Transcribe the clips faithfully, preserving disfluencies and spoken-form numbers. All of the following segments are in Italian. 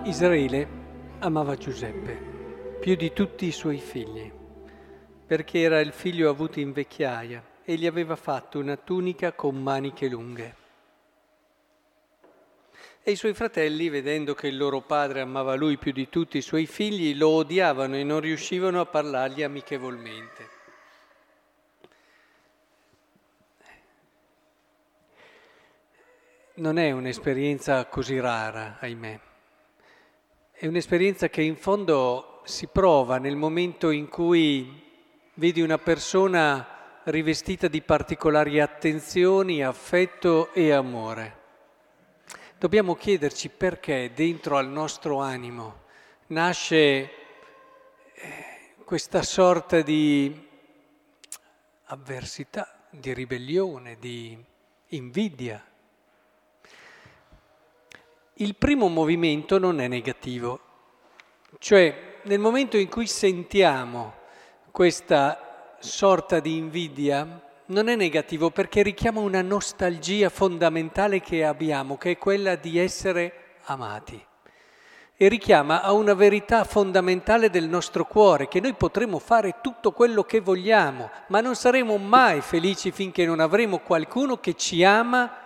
Israele amava Giuseppe più di tutti i suoi figli, perché era il figlio avuto in vecchiaia e gli aveva fatto una tunica con maniche lunghe. E i suoi fratelli, vedendo che il loro padre amava lui più di tutti i suoi figli, lo odiavano e non riuscivano a parlargli amichevolmente. Non è un'esperienza così rara, ahimè. È un'esperienza che in fondo si prova nel momento in cui vedi una persona rivestita di particolari attenzioni, affetto e amore. Dobbiamo chiederci perché dentro al nostro animo nasce questa sorta di avversità, di ribellione, di invidia. Il primo movimento non è negativo, cioè nel momento in cui sentiamo questa sorta di invidia non è negativo perché richiama una nostalgia fondamentale che abbiamo, che è quella di essere amati, e richiama a una verità fondamentale del nostro cuore, che noi potremo fare tutto quello che vogliamo, ma non saremo mai felici finché non avremo qualcuno che ci ama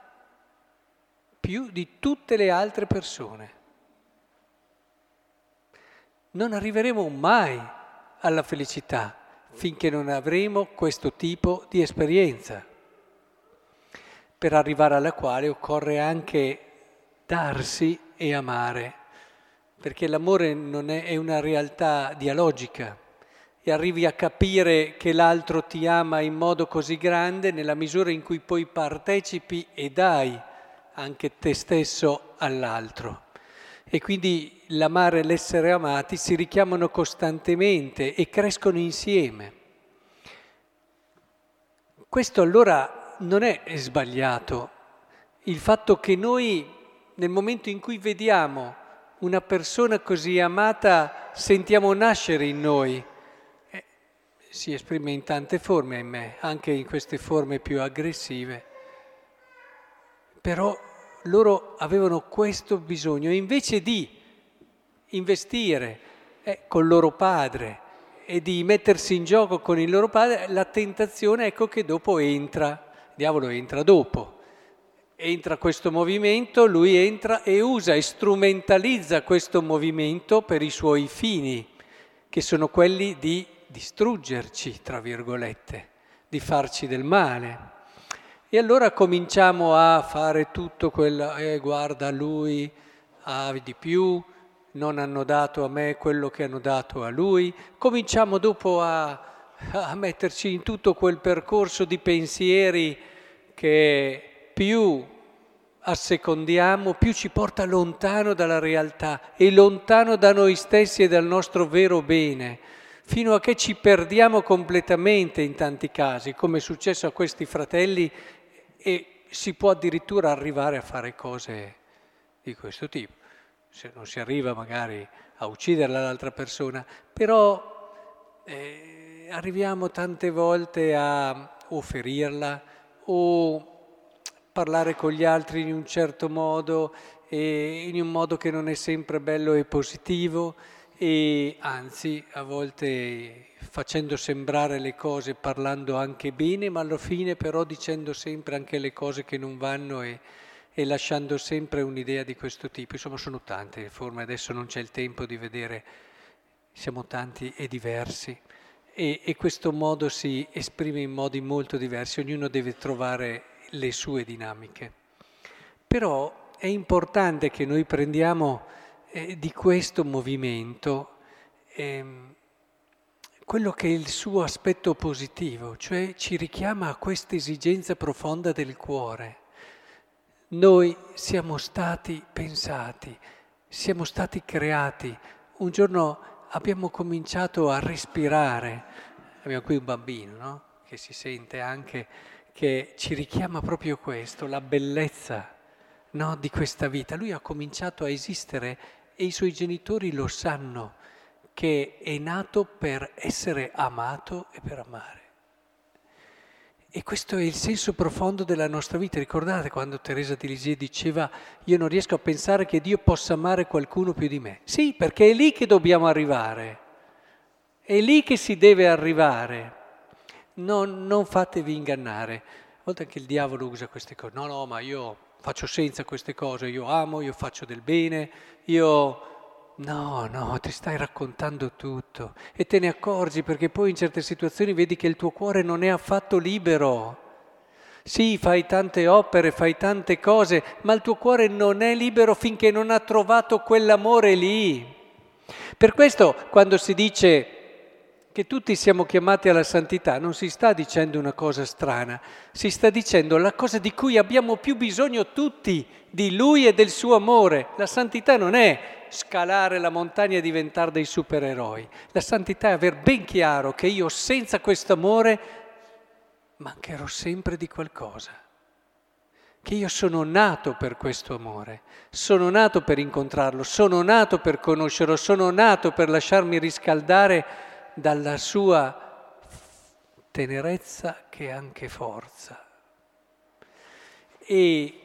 più di tutte le altre persone. Non arriveremo mai alla felicità finché non avremo questo tipo di esperienza, per arrivare alla quale occorre anche darsi e amare, perché l'amore non è, è una realtà dialogica, e arrivi a capire che l'altro ti ama in modo così grande nella misura in cui poi partecipi e dai anche te stesso all'altro. E quindi l'amare e l'essere amati si richiamano costantemente e crescono insieme. Questo allora non è sbagliato. Il fatto che noi, nel momento in cui vediamo una persona così amata, sentiamo nascere in noi, eh, si esprime in tante forme, ahimè, anche in queste forme più aggressive. Però loro avevano questo bisogno, e invece di investire eh, col loro padre e di mettersi in gioco con il loro padre, la tentazione, ecco che dopo entra, il diavolo entra dopo, entra questo movimento, lui entra e usa e strumentalizza questo movimento per i suoi fini, che sono quelli di distruggerci, tra virgolette, di farci del male. E allora cominciamo a fare tutto quello, eh, guarda lui ha di più, non hanno dato a me quello che hanno dato a lui. Cominciamo dopo a, a metterci in tutto quel percorso di pensieri che più assecondiamo, più ci porta lontano dalla realtà e lontano da noi stessi e dal nostro vero bene, fino a che ci perdiamo completamente in tanti casi, come è successo a questi fratelli, e si può addirittura arrivare a fare cose di questo tipo. Se non si arriva magari a uccidere l'altra persona, però eh, arriviamo tante volte a o ferirla o parlare con gli altri in un certo modo, e in un modo che non è sempre bello e positivo, e anzi a volte facendo sembrare le cose, parlando anche bene, ma alla fine però dicendo sempre anche le cose che non vanno e, e lasciando sempre un'idea di questo tipo. Insomma, sono tante le forme, adesso non c'è il tempo di vedere, siamo tanti e diversi, e, e questo modo si esprime in modi molto diversi, ognuno deve trovare le sue dinamiche. Però è importante che noi prendiamo eh, di questo movimento ehm, quello che è il suo aspetto positivo, cioè ci richiama a questa esigenza profonda del cuore. Noi siamo stati pensati, siamo stati creati. Un giorno abbiamo cominciato a respirare, abbiamo qui un bambino, no? Che si sente anche, che ci richiama proprio questo, la bellezza, no? Di questa vita. Lui ha cominciato a esistere e i suoi genitori lo sanno, che è nato per essere amato e per amare. E questo è il senso profondo della nostra vita. Ricordate quando Teresa di Lisieux diceva io non riesco a pensare che Dio possa amare qualcuno più di me. Sì, perché è lì che dobbiamo arrivare, è lì che si deve arrivare. Non, non fatevi ingannare. A volte anche il diavolo usa queste cose. No, no, ma io faccio senza queste cose, io amo, io faccio del bene, io... No, no, ti stai raccontando tutto e te ne accorgi perché poi in certe situazioni vedi che il tuo cuore non è affatto libero. Sì, fai tante opere, fai tante cose, ma il tuo cuore non è libero finché non ha trovato quell'amore lì. Per questo quando si dice che tutti siamo chiamati alla santità, non si sta dicendo una cosa strana, si sta dicendo la cosa di cui abbiamo più bisogno tutti, di Lui e del suo amore. La santità non è scalare la montagna e diventare dei supereroi. La santità è aver ben chiaro che io senza questo amore mancherò sempre di qualcosa. Che io sono nato per questo amore, sono nato per incontrarlo, sono nato per conoscerlo, sono nato per lasciarmi riscaldare dalla sua tenerezza che è anche forza. E,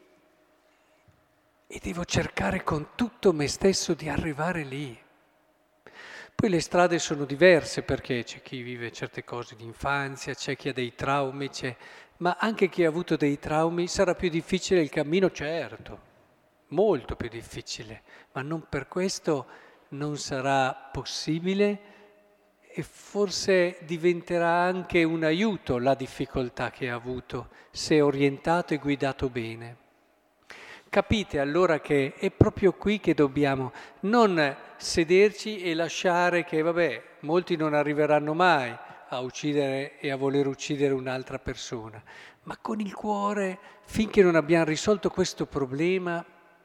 e devo cercare con tutto me stesso di arrivare lì. Poi le strade sono diverse perché c'è chi vive certe cose di infanzia, c'è chi ha dei traumi, c'è... ma anche chi ha avuto dei traumi sarà più difficile il cammino, certo, molto più difficile, ma non per questo non sarà possibile e forse diventerà anche un aiuto la difficoltà che ha avuto, se orientato e guidato bene. Capite allora che è proprio qui che dobbiamo non sederci e lasciare che, vabbè, molti non arriveranno mai a uccidere e a voler uccidere un'altra persona, ma con il cuore, finché non abbiamo risolto questo problema,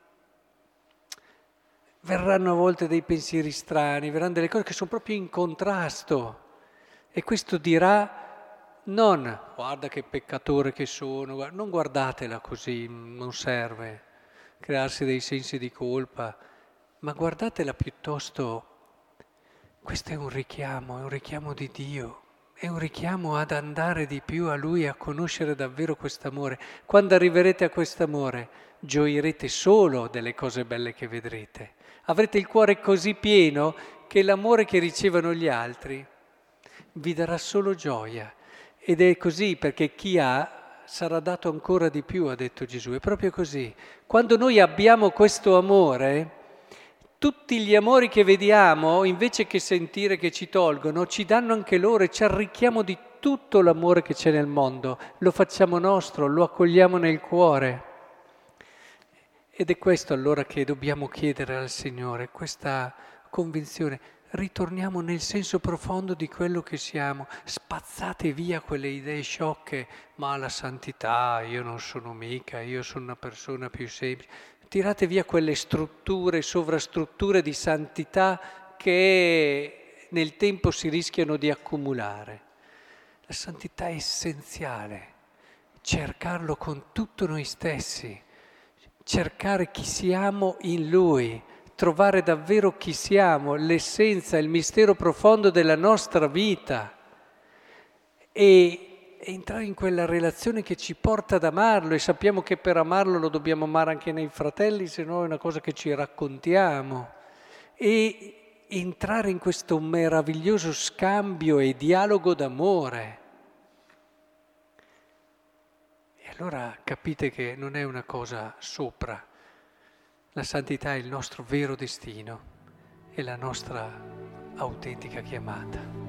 verranno a volte dei pensieri strani, verranno delle cose che sono proprio in contrasto e questo dirà non guarda che peccatore che sono, non guardatela così, non serve crearsi dei sensi di colpa, ma guardatela piuttosto, questo è un richiamo, è un richiamo di Dio, è un richiamo ad andare di più a Lui, a conoscere davvero quest'amore. Quando arriverete a quest'amore, gioirete solo delle cose belle che vedrete. Avrete il cuore così pieno che l'amore che ricevono gli altri vi darà solo gioia. Ed è così perché chi ha sarà dato ancora di più, ha detto Gesù, è proprio così. Quando noi abbiamo questo amore, tutti gli amori che vediamo, invece che sentire che ci tolgono, ci danno anche loro e ci arricchiamo di tutto l'amore che c'è nel mondo, lo facciamo nostro, lo accogliamo nel cuore. Ed è questo allora che dobbiamo chiedere al Signore, questa convinzione. Ritorniamo nel senso profondo di quello che siamo, spazzate via quelle idee sciocche, ma la santità, io non sono mica, io sono una persona più semplice. Tirate via quelle strutture, sovrastrutture di santità che nel tempo si rischiano di accumulare. La santità è essenziale, cercarlo con tutto noi stessi, cercare chi siamo in Lui, trovare davvero chi siamo, l'essenza, il mistero profondo della nostra vita e entrare in quella relazione che ci porta ad amarlo e sappiamo che per amarlo lo dobbiamo amare anche nei fratelli, se no è una cosa che ci raccontiamo e entrare in questo meraviglioso scambio e dialogo d'amore. E allora capite che non è una cosa sopra. La santità è il nostro vero destino, è la nostra autentica chiamata.